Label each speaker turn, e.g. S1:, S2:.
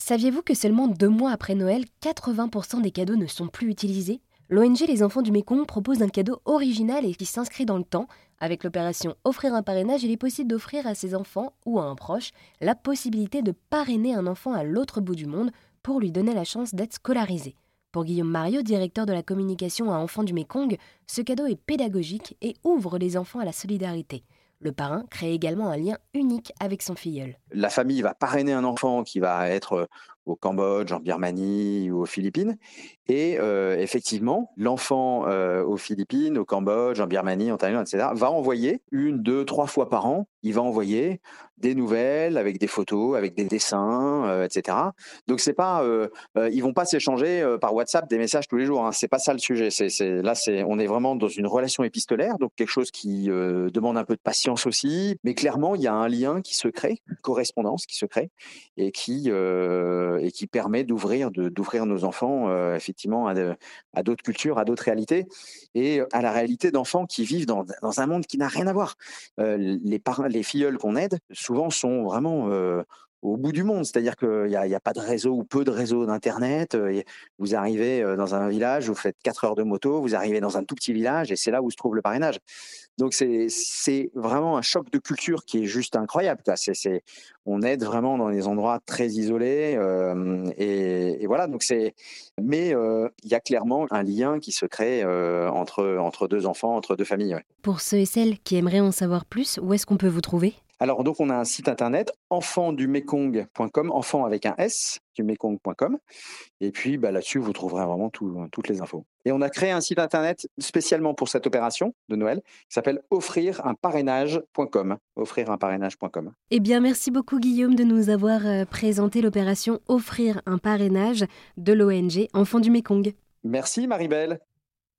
S1: Saviez-vous que seulement 2 mois après Noël, 80% des cadeaux ne sont plus utilisés? L'ONG Les Enfants du Mékong propose un cadeau original et qui s'inscrit dans le temps. Avec l'opération Offrir un parrainage, il est possible d'offrir à ses enfants ou à un proche la possibilité de parrainer un enfant à l'autre bout du monde pour lui donner la chance d'être scolarisé. Pour Guillaume Mariot, directeur de la communication à Enfants du Mékong, ce cadeau est pédagogique et ouvre les enfants à la solidarité. Le parrain crée également un lien unique avec son filleul.
S2: La famille va parrainer un enfant qui va être au Cambodge, en Birmanie ou aux Philippines. Et effectivement, l'enfant aux Philippines, au Cambodge, en Birmanie, en Thaïlande, etc., va envoyer 1, 2, 3 fois par an, il va envoyer des nouvelles avec des photos, avec des dessins, etc. Donc c'est pas, ils vont pas s'échanger par WhatsApp des messages tous les jours. Hein. C'est pas ça le sujet. On est vraiment dans une relation épistolaire, donc quelque chose qui demande un peu de patience aussi. Mais clairement, il y a un lien qui se crée, une correspondance qui se crée, et qui permet d'ouvrir nos enfants effectivement à d'autres cultures, à d'autres réalités, et à la réalité d'enfants qui vivent dans un monde qui n'a rien à voir. Les filleuls qu'on aide, souvent sont vraiment au bout du monde, c'est-à-dire qu'il y a pas de réseau ou peu de réseau d'internet. Vous arrivez dans un village, vous faites 4 heures de moto, vous arrivez dans un tout petit village et c'est là où se trouve le parrainage. Donc c'est vraiment un choc de culture qui est juste incroyable, quoi. On aide vraiment dans des endroits très isolés, et voilà. Mais il y a clairement un lien qui se crée entre 2 enfants, entre 2 familles, ouais.
S1: Pour ceux et celles qui aimeraient en savoir plus, où est-ce qu'on peut vous trouver?
S2: Alors donc on a un site internet enfantdumekong.com, enfant avec un S, dumekong.com, et puis là-dessus vous trouverez vraiment toutes les infos. Et on a créé un site internet spécialement pour cette opération de Noël qui s'appelle offrirunparrainage.com, offrirunparrainage.com.
S1: Eh bien, merci beaucoup Guillaume de nous avoir présenté l'opération Offrir un parrainage de l'ONG Enfants du Mékong.
S2: Merci Maribel.